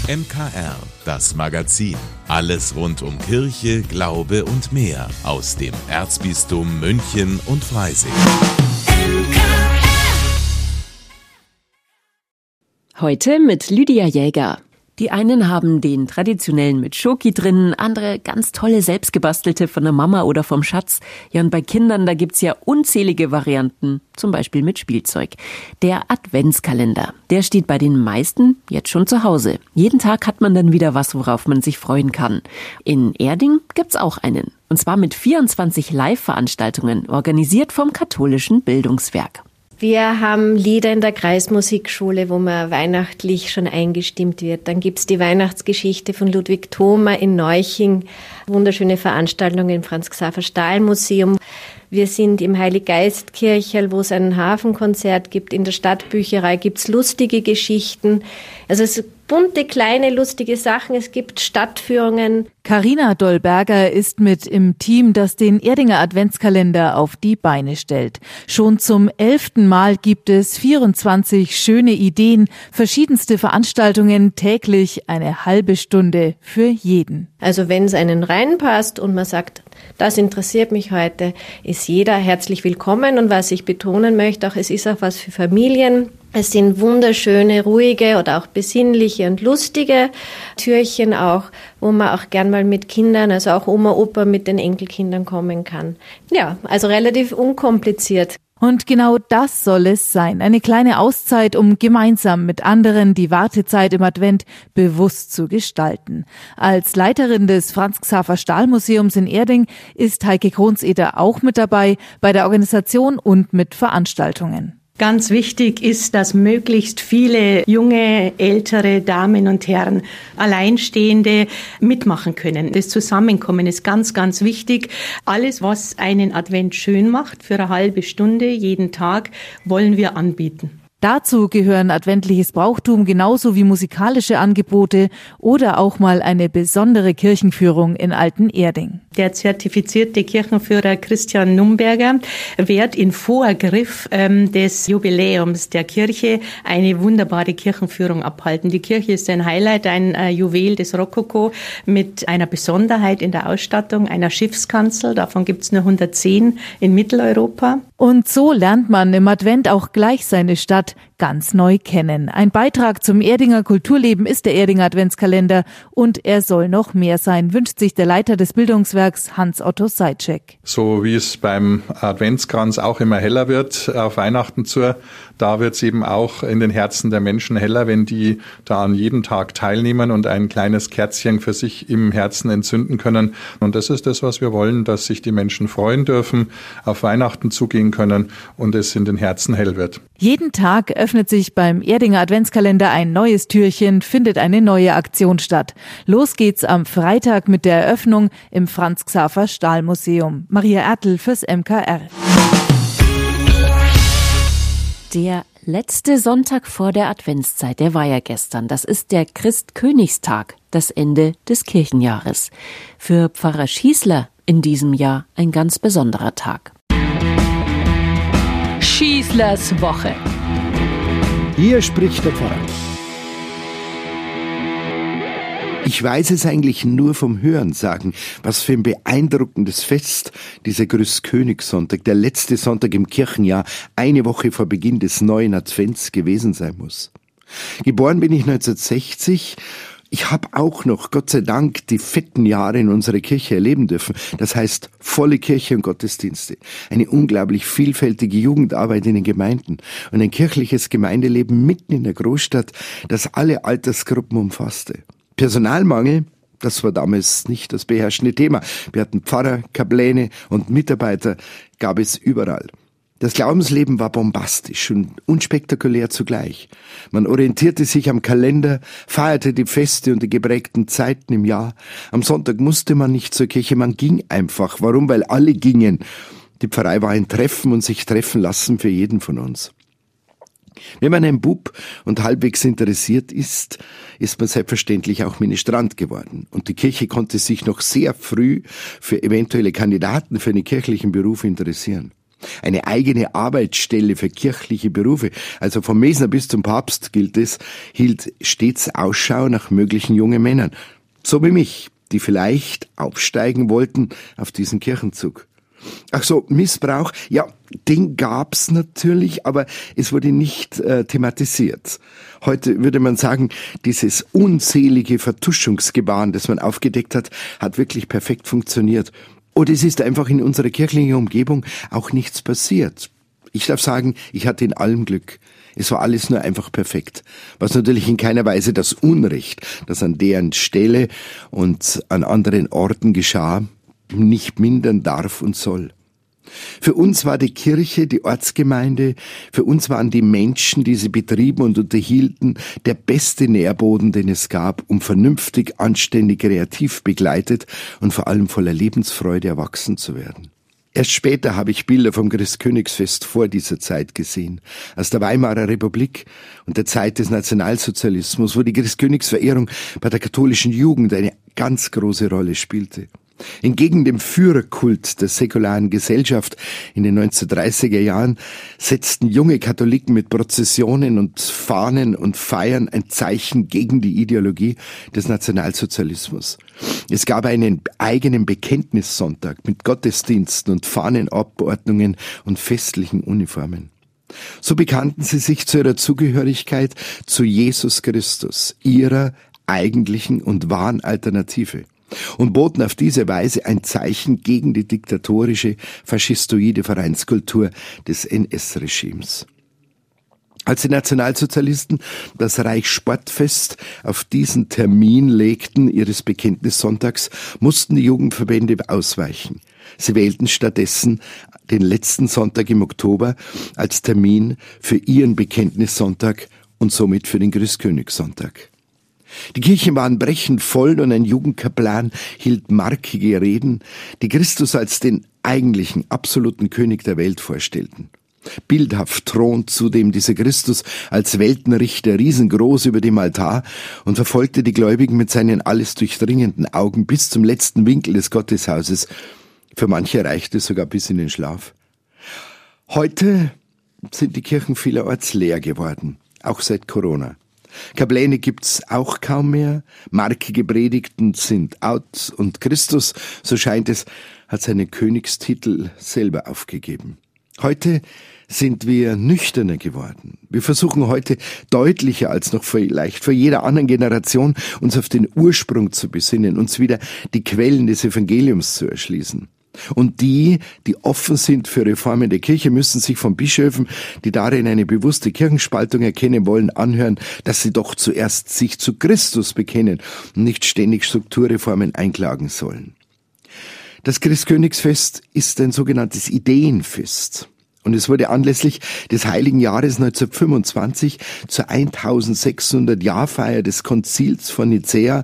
MKR, das Magazin. Alles rund um Kirche, Glaube und mehr aus dem Erzbistum München und Freising. Heute mit Lydia Jäger. Die einen haben den traditionellen mit Schoki drin, andere ganz tolle selbstgebastelte von der Mama oder vom Schatz. Ja, und bei Kindern, da gibt's ja unzählige Varianten, zum Beispiel mit Spielzeug. Der Adventskalender, der steht bei den meisten jetzt schon zu Hause. Jeden Tag hat man dann wieder was, worauf man sich freuen kann. In Erding gibt's auch einen. Und zwar mit 24 Live-Veranstaltungen, organisiert vom Katholischen Bildungswerk. Wir haben Lieder in der Kreismusikschule, wo man weihnachtlich schon eingestimmt wird. Dann gibt's die Weihnachtsgeschichte von Ludwig Thoma in Neuching. Wunderschöne Veranstaltungen im Franz-Xaver-Stahl-Museum. Wir sind im Heilig-Geist-Kircherl, wo es ein Hafenkonzert gibt. In der Stadtbücherei gibt's lustige Geschichten. Also es sind bunte, kleine, lustige Sachen. Es gibt Stadtführungen. Carina Dollberger ist mit im Team, das den Erdinger Adventskalender auf die Beine stellt. Schon zum 11. Mal gibt es 24 schöne Ideen, verschiedenste Veranstaltungen, täglich eine halbe Stunde für jeden. Also wenn es einen reinpasst und man sagt, das interessiert mich heute, ist jeder herzlich willkommen. Und was ich betonen möchte, auch es ist auch was für Familien. Es sind wunderschöne, ruhige oder auch besinnliche und lustige Türchen auch, wo man auch gern mal mit Kindern, also auch Oma, Opa mit den Enkelkindern kommen kann. Ja, also relativ unkompliziert. Und genau das soll es sein. Eine kleine Auszeit, um gemeinsam mit anderen die Wartezeit im Advent bewusst zu gestalten. Als Leiterin des Franz-Xaver-Stahl-Museums in Erding ist Heike Kronseder auch mit dabei bei der Organisation und mit Veranstaltungen. Ganz wichtig ist, dass möglichst viele junge, ältere Damen und Herren, Alleinstehende mitmachen können. Das Zusammenkommen ist ganz, ganz wichtig. Alles, was einen Advent schön macht, für eine halbe Stunde jeden Tag, wollen wir anbieten. Dazu gehören adventliches Brauchtum genauso wie musikalische Angebote oder auch mal eine besondere Kirchenführung in Alten-Erding. Der zertifizierte Kirchenführer Christian Numberger wird in Vorgriff des Jubiläums der Kirche eine wunderbare Kirchenführung abhalten. Die Kirche ist ein Highlight, ein Juwel des Rokoko mit einer Besonderheit in der Ausstattung, einer Schiffskanzel. Davon gibt es nur 110 in Mitteleuropa. Und so lernt man im Advent auch gleich seine Stadt ganz neu kennen. Ein Beitrag zum Erdinger Kulturleben ist der Erdinger Adventskalender und er soll noch mehr sein, wünscht sich der Leiter des Bildungswerks Hans-Otto Seitschek. So wie es beim Adventskranz auch immer heller wird auf Weihnachten zu, da wird es eben auch in den Herzen der Menschen heller, wenn die da an jedem Tag teilnehmen und ein kleines Kerzchen für sich im Herzen entzünden können. Und das ist das, was wir wollen, dass sich die Menschen freuen dürfen, auf Weihnachten zugehen können und es in den Herzen hell wird. Jeden Tag öffnet sich beim Erdinger Adventskalender ein neues Türchen, findet eine neue Aktion statt. Los geht's am Freitag mit der Eröffnung im Franz-Xaver-Stahl-Museum. Maria Ertl fürs MKR. Der letzte Sonntag vor der Adventszeit, der war ja gestern. Das ist der Christkönigstag, das Ende des Kirchenjahres. Für Pfarrer Schießler in diesem Jahr ein ganz besonderer Tag. Schießlers Woche. Hier spricht der Pfarrer. Ich weiß es eigentlich nur vom Hörensagen, was für ein beeindruckendes Fest dieser Grüßkönigssonntag, der letzte Sonntag im Kirchenjahr, eine Woche vor Beginn des neuen Advents gewesen sein muss. Geboren bin ich 1960. Ich habe auch noch, Gott sei Dank, die fetten Jahre in unserer Kirche erleben dürfen. Das heißt, volle Kirche und Gottesdienste, eine unglaublich vielfältige Jugendarbeit in den Gemeinden und ein kirchliches Gemeindeleben mitten in der Großstadt, das alle Altersgruppen umfasste. Personalmangel, das war damals nicht das beherrschende Thema. Wir hatten Pfarrer, Kapläne und Mitarbeiter, gab es überall. Das Glaubensleben war bombastisch und unspektakulär zugleich. Man orientierte sich am Kalender, feierte die Feste und die geprägten Zeiten im Jahr. Am Sonntag musste man nicht zur Kirche, man ging einfach. Warum? Weil alle gingen. Die Pfarrei war ein Treffen und sich treffen lassen für jeden von uns. Wenn man ein Bub und halbwegs interessiert ist, ist man selbstverständlich auch Ministrant geworden. Und die Kirche konnte sich noch sehr früh für eventuelle Kandidaten für einen kirchlichen Beruf interessieren. Eine eigene Arbeitsstelle für kirchliche Berufe, also vom Mesner bis zum Papst gilt es, hielt stets Ausschau nach möglichen jungen Männern. So wie mich, die vielleicht aufsteigen wollten auf diesen Kirchenzug. Ach so, Missbrauch, ja, den gab's natürlich, aber es wurde nicht thematisiert. Heute würde man sagen, dieses unzählige Vertuschungsgebaren, das man aufgedeckt hat, hat wirklich perfekt funktioniert. Oder es ist einfach in unserer kirchlichen Umgebung auch nichts passiert. Ich darf sagen, ich hatte in allem Glück. Es war alles nur einfach perfekt. Was natürlich in keiner Weise das Unrecht, das an deren Stelle und an anderen Orten geschah, nicht mindern darf und soll. Für uns war die Kirche, die Ortsgemeinde, für uns waren die Menschen, die sie betrieben und unterhielten, der beste Nährboden, den es gab, um vernünftig, anständig, kreativ begleitet und vor allem voller Lebensfreude erwachsen zu werden. Erst später habe ich Bilder vom Christkönigsfest vor dieser Zeit gesehen, aus der Weimarer Republik und der Zeit des Nationalsozialismus, wo die Christkönigsverehrung bei der katholischen Jugend eine ganz große Rolle spielte. Entgegen dem Führerkult der säkularen Gesellschaft in den 1930er Jahren setzten junge Katholiken mit Prozessionen und Fahnen und Feiern ein Zeichen gegen die Ideologie des Nationalsozialismus. Es gab einen eigenen Bekenntnissonntag mit Gottesdiensten und Fahnenabordnungen und festlichen Uniformen. So bekannten sie sich zu ihrer Zugehörigkeit zu Jesus Christus, ihrer eigentlichen und wahren Alternative, und boten auf diese Weise ein Zeichen gegen die diktatorische, faschistoide Vereinskultur des NS-Regimes. Als die Nationalsozialisten das Reichssportfest auf diesen Termin legten, ihres Bekenntnissonntags, mussten die Jugendverbände ausweichen. Sie wählten stattdessen den letzten Sonntag im Oktober als Termin für ihren Bekenntnissonntag und somit für den Christkönigssonntag. Die Kirchen waren brechend voll und ein Jugendkaplan hielt markige Reden, die Christus als den eigentlichen, absoluten König der Welt vorstellten. Bildhaft thront zudem dieser Christus als Weltenrichter riesengroß über dem Altar und verfolgte die Gläubigen mit seinen alles durchdringenden Augen bis zum letzten Winkel des Gotteshauses. Für manche reichte es sogar bis in den Schlaf. Heute sind die Kirchen vielerorts leer geworden, auch seit Corona. Kapläne gibt's auch kaum mehr, markige Predigten sind out und Christus, so scheint es, hat seinen Königstitel selber aufgegeben. Heute sind wir nüchterner geworden. Wir versuchen heute deutlicher als noch vielleicht vor jeder anderen Generation uns auf den Ursprung zu besinnen, uns wieder die Quellen des Evangeliums zu erschließen. Und die offen sind für Reformen der Kirche, müssen sich von Bischöfen, die darin eine bewusste Kirchenspaltung erkennen wollen, anhören, dass sie doch zuerst sich zu Christus bekennen und nicht ständig Strukturreformen einklagen sollen. Das Christkönigsfest ist ein sogenanntes Ideenfest. Und es wurde anlässlich des Heiligen Jahres 1925 zur 1600-Jahrfeier des Konzils von Nicäa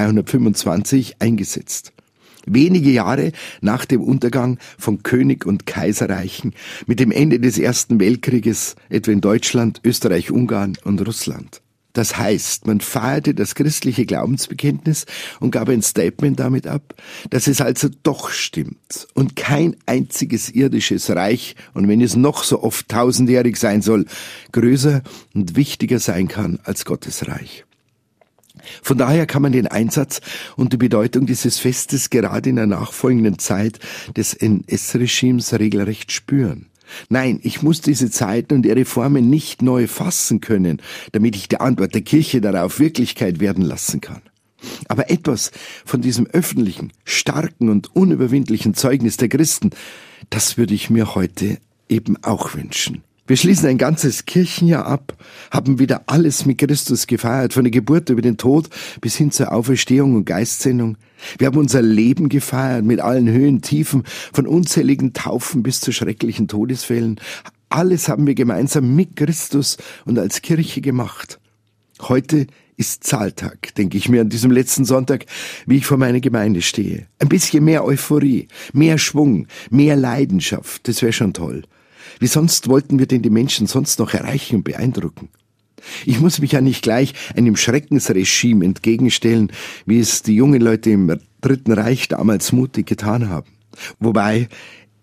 325 eingesetzt. Wenige Jahre nach dem Untergang von König- und Kaiserreichen, mit dem Ende des Ersten Weltkrieges, etwa in Deutschland, Österreich, Ungarn und Russland. Das heißt, man feierte das christliche Glaubensbekenntnis und gab ein Statement damit ab, dass es also doch stimmt und kein einziges irdisches Reich, und wenn es noch so oft tausendjährig sein soll, größer und wichtiger sein kann als Gottes Reich. Von daher kann man den Einsatz und die Bedeutung dieses Festes gerade in der nachfolgenden Zeit des NS-Regimes regelrecht spüren. Nein, ich muss diese Zeiten und ihre Formen nicht neu fassen können, damit ich die Antwort der Kirche darauf Wirklichkeit werden lassen kann. Aber etwas von diesem öffentlichen, starken und unüberwindlichen Zeugnis der Christen, das würde ich mir heute eben auch wünschen. Wir schließen ein ganzes Kirchenjahr ab, haben wieder alles mit Christus gefeiert, von der Geburt über den Tod bis hin zur Auferstehung und Geistsendung. Wir haben unser Leben gefeiert mit allen Höhen, Tiefen, von unzähligen Taufen bis zu schrecklichen Todesfällen. Alles haben wir gemeinsam mit Christus und als Kirche gemacht. Heute ist Zahltag, denke ich mir an diesem letzten Sonntag, wie ich vor meiner Gemeinde stehe. Ein bisschen mehr Euphorie, mehr Schwung, mehr Leidenschaft, das wäre schon toll. Wie sonst wollten wir denn die Menschen sonst noch erreichen und beeindrucken? Ich muss mich ja nicht gleich einem Schreckensregime entgegenstellen, wie es die jungen Leute im Dritten Reich damals mutig getan haben. Wobei,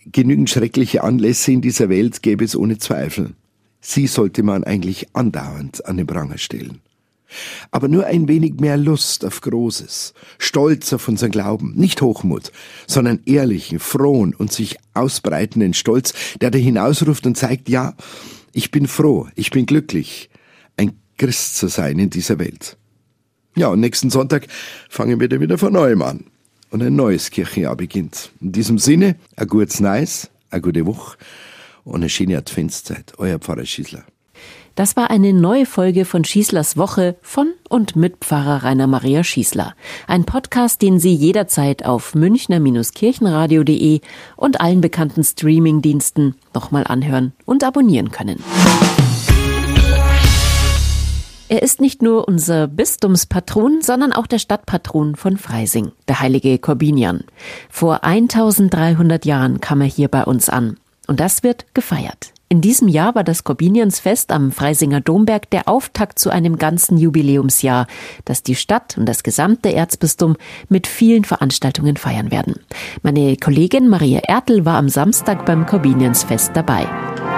Genügend schreckliche Anlässe in dieser Welt gäbe es ohne Zweifel. Sie sollte man eigentlich andauernd an den Pranger stellen. Aber nur ein wenig mehr Lust auf Großes, Stolz auf unseren Glauben, nicht Hochmut, sondern ehrlichen, frohen und sich ausbreitenden Stolz, der da hinausruft und zeigt, ja, ich bin froh, ich bin glücklich, ein Christ zu sein in dieser Welt. Ja, und nächsten Sonntag fangen wir dann wieder von neuem an und ein neues Kirchenjahr beginnt. In diesem Sinne, ein gutes Neues, eine gute Woche und eine schöne Adventszeit. Euer Pfarrer Schießler. Das war eine neue Folge von Schießlers Woche von und mit Pfarrer Rainer Maria Schießler. Ein Podcast, den Sie jederzeit auf münchner-kirchenradio.de und allen bekannten Streamingdiensten nochmal anhören und abonnieren können. Er ist nicht nur unser Bistumspatron, sondern auch der Stadtpatron von Freising, der heilige Korbinian. Vor 1300 Jahren kam er hier bei uns an. Und das wird gefeiert. In diesem Jahr war das Korbiniansfest am Freisinger Domberg der Auftakt zu einem ganzen Jubiläumsjahr, das die Stadt und das gesamte Erzbistum mit vielen Veranstaltungen feiern werden. Meine Kollegin Maria Ertl war am Samstag beim Korbiniansfest dabei.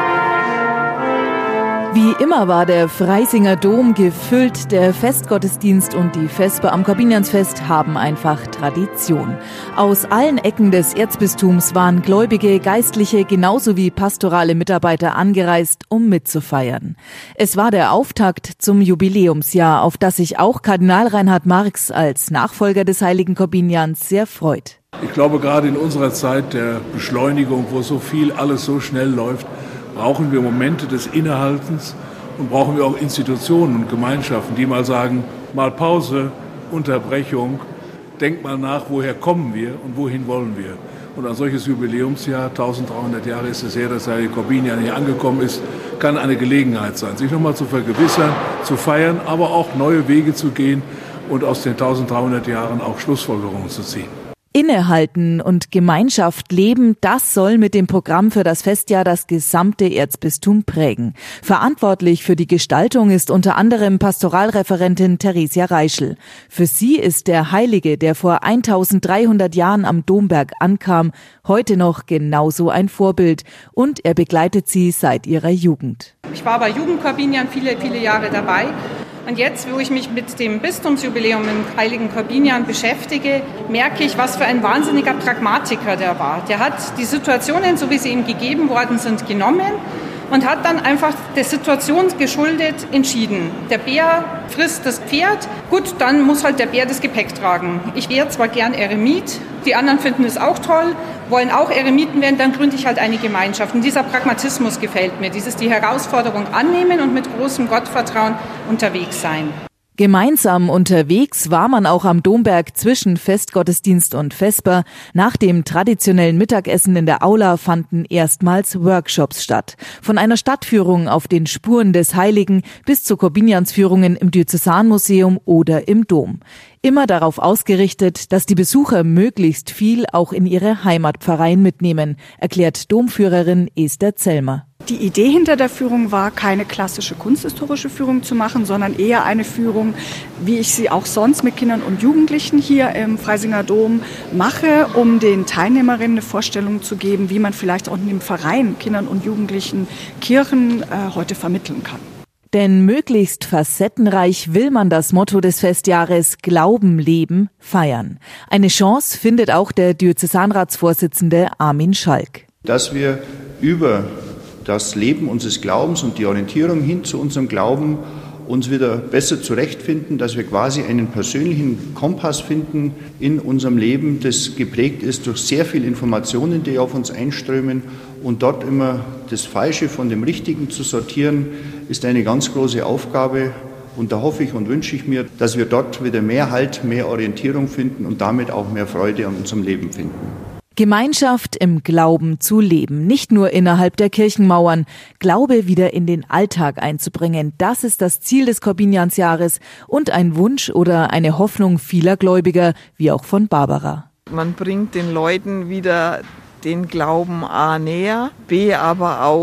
Wie immer war der Freisinger Dom gefüllt. Der Festgottesdienst und die Vesper am Korbiniansfest haben einfach Tradition. Aus allen Ecken des Erzbistums waren Gläubige, Geistliche genauso wie pastorale Mitarbeiter angereist, um mitzufeiern. Es war der Auftakt zum Jubiläumsjahr, auf das sich auch Kardinal Reinhard Marx als Nachfolger des heiligen Korbinians sehr freut. Ich glaube, gerade in unserer Zeit der Beschleunigung, wo so viel alles so schnell läuft, brauchen wir Momente des Innehaltens und brauchen wir auch Institutionen und Gemeinschaften, die mal sagen, mal Pause, Unterbrechung, denk mal nach, woher kommen wir und wohin wollen wir. Und ein solches Jubiläumsjahr, 1300 Jahre ist es her, dass der Korbinian hier angekommen ist, kann eine Gelegenheit sein, sich nochmal zu vergewissern, zu feiern, aber auch neue Wege zu gehen und aus den 1300 Jahren auch Schlussfolgerungen zu ziehen. Innehalten und Gemeinschaft leben, das soll mit dem Programm für das Festjahr das gesamte Erzbistum prägen. Verantwortlich für die Gestaltung ist unter anderem Pastoralreferentin Theresia Reischl. Für sie ist der Heilige, der vor 1300 Jahren am Domberg ankam, heute noch genauso ein Vorbild und er begleitet sie seit ihrer Jugend. Ich war bei Jugendkorbinian viele Jahre dabei. Und jetzt, wo ich mich mit dem Bistumsjubiläum im heiligen Korbinian beschäftige, merke ich, was für ein wahnsinniger Pragmatiker der war. Der hat die Situationen, so wie sie ihm gegeben worden sind, genommen und hat dann einfach der Situation geschuldet entschieden. Der Bär frisst das Pferd, gut, dann muss halt der Bär das Gepäck tragen. Ich wäre zwar gern Eremit, die anderen finden es auch toll, wollen auch Eremiten werden, dann gründe ich halt eine Gemeinschaft. Und dieser Pragmatismus gefällt mir, dieses die Herausforderung annehmen und mit großem Gottvertrauen unterwegs sein. Gemeinsam unterwegs war man auch am Domberg zwischen Festgottesdienst und Vesper. Nach dem traditionellen Mittagessen in der Aula fanden erstmals Workshops statt. Von einer Stadtführung auf den Spuren des Heiligen bis zu Korbiniansführungen im Diözesanmuseum oder im Dom. Immer darauf ausgerichtet, dass die Besucher möglichst viel auch in ihre Heimatpfarreien mitnehmen, erklärt Domführerin Esther Zellmer. Die Idee hinter der Führung war, keine klassische kunsthistorische Führung zu machen, sondern eher eine Führung, wie ich sie auch sonst mit Kindern und Jugendlichen hier im Freisinger Dom mache, um den Teilnehmerinnen eine Vorstellung zu geben, wie man vielleicht auch in dem Verein Kindern und Jugendlichen Kirchen heute vermitteln kann. Denn möglichst facettenreich will man das Motto des Festjahres Glauben, Leben, feiern. Eine Chance findet auch der Diözesanratsvorsitzende Armin Schalk. Dass wir über das Leben unseres Glaubens und die Orientierung hin zu unserem Glauben uns wieder besser zurechtfinden, dass wir quasi einen persönlichen Kompass finden in unserem Leben, das geprägt ist durch sehr viele Informationen, die auf uns einströmen. Und dort immer das Falsche von dem Richtigen zu sortieren, ist eine ganz große Aufgabe. Und da hoffe ich und wünsche ich mir, dass wir dort wieder mehr Halt, mehr Orientierung finden und damit auch mehr Freude an unserem Leben finden. Gemeinschaft im Glauben zu leben, nicht nur innerhalb der Kirchenmauern. Glaube wieder in den Alltag einzubringen, das ist das Ziel des Korbiniansjahres und ein Wunsch oder eine Hoffnung vieler Gläubiger, wie auch von Barbara. Man bringt den Leuten wieder den Glauben A näher, B aber auch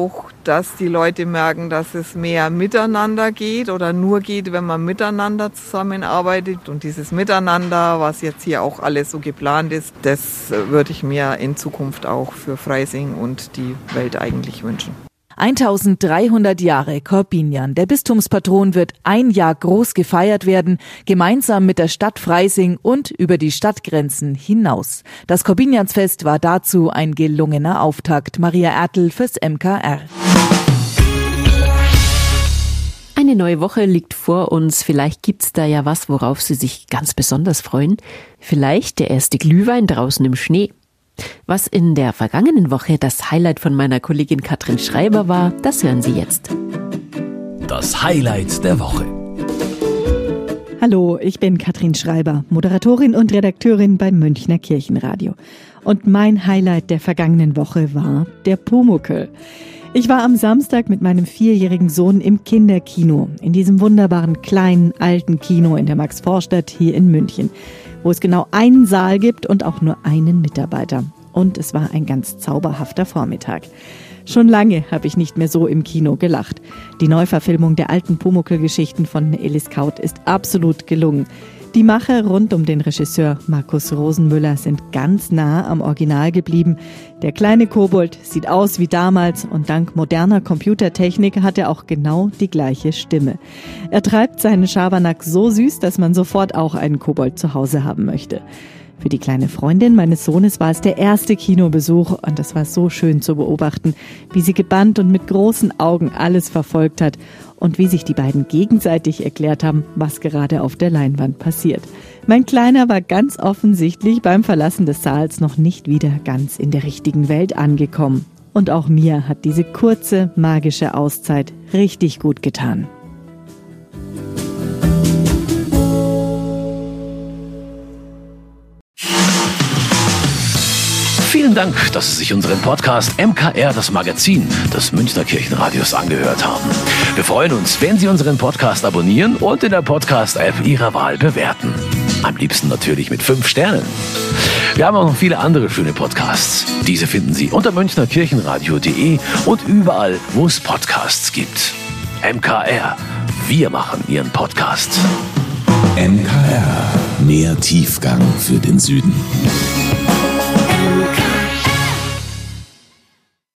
dass die Leute merken, dass es mehr miteinander geht oder nur geht, wenn man miteinander zusammenarbeitet. Und dieses Miteinander, was jetzt hier auch alles so geplant ist, das würde ich mir in Zukunft auch für Freising und die Welt eigentlich wünschen. 1300 Jahre Korbinian. Der Bistumspatron wird ein Jahr groß gefeiert werden, gemeinsam mit der Stadt Freising und über die Stadtgrenzen hinaus. Das Korbiniansfest war dazu ein gelungener Auftakt. Maria Ertl fürs MKR. Eine neue Woche liegt vor uns. Vielleicht gibt's da ja was, worauf Sie sich ganz besonders freuen. Vielleicht der erste Glühwein draußen im Schnee. Was in der vergangenen Woche das Highlight von meiner Kollegin Katrin Schreiber war, das hören Sie jetzt. Das Highlight der Woche. Hallo, ich bin Katrin Schreiber, Moderatorin und Redakteurin beim Münchner Kirchenradio. Und mein Highlight der vergangenen Woche war der Pumuckl. Ich war am Samstag mit meinem 4-jährigen Sohn im Kinderkino, in diesem wunderbaren kleinen alten Kino in der Max-Vorstadt hier in München, wo es genau einen Saal gibt und auch nur einen Mitarbeiter. Und es war ein ganz zauberhafter Vormittag. Schon lange habe ich nicht mehr so im Kino gelacht. Die Neuverfilmung der alten Pumuckl-Geschichten von Elis Kaut ist absolut gelungen. Die Macher rund um den Regisseur Markus Rosenmüller sind ganz nah am Original geblieben. Der kleine Kobold sieht aus wie damals und dank moderner Computertechnik hat er auch genau die gleiche Stimme. Er treibt seinen Schabernack so süß, dass man sofort auch einen Kobold zu Hause haben möchte. Für die kleine Freundin meines Sohnes war es der erste Kinobesuch und es war so schön zu beobachten, wie sie gebannt und mit großen Augen alles verfolgt hat und wie sich die beiden gegenseitig erklärt haben, was gerade auf der Leinwand passiert. Mein Kleiner war ganz offensichtlich beim Verlassen des Saals noch nicht wieder ganz in der richtigen Welt angekommen. Und auch mir hat diese kurze, magische Auszeit richtig gut getan. Vielen Dank, dass Sie sich unseren Podcast MKR, das Magazin des Münchner Kirchenradios, angehört haben. Wir freuen uns, wenn Sie unseren Podcast abonnieren und in der Podcast-App Ihrer Wahl bewerten. Am liebsten natürlich mit 5 Sternen. Wir haben auch noch viele andere schöne Podcasts. Diese finden Sie unter münchnerkirchenradio.de und überall, wo es Podcasts gibt. MKR, wir machen Ihren Podcast. MKR, mehr Tiefgang für den Süden.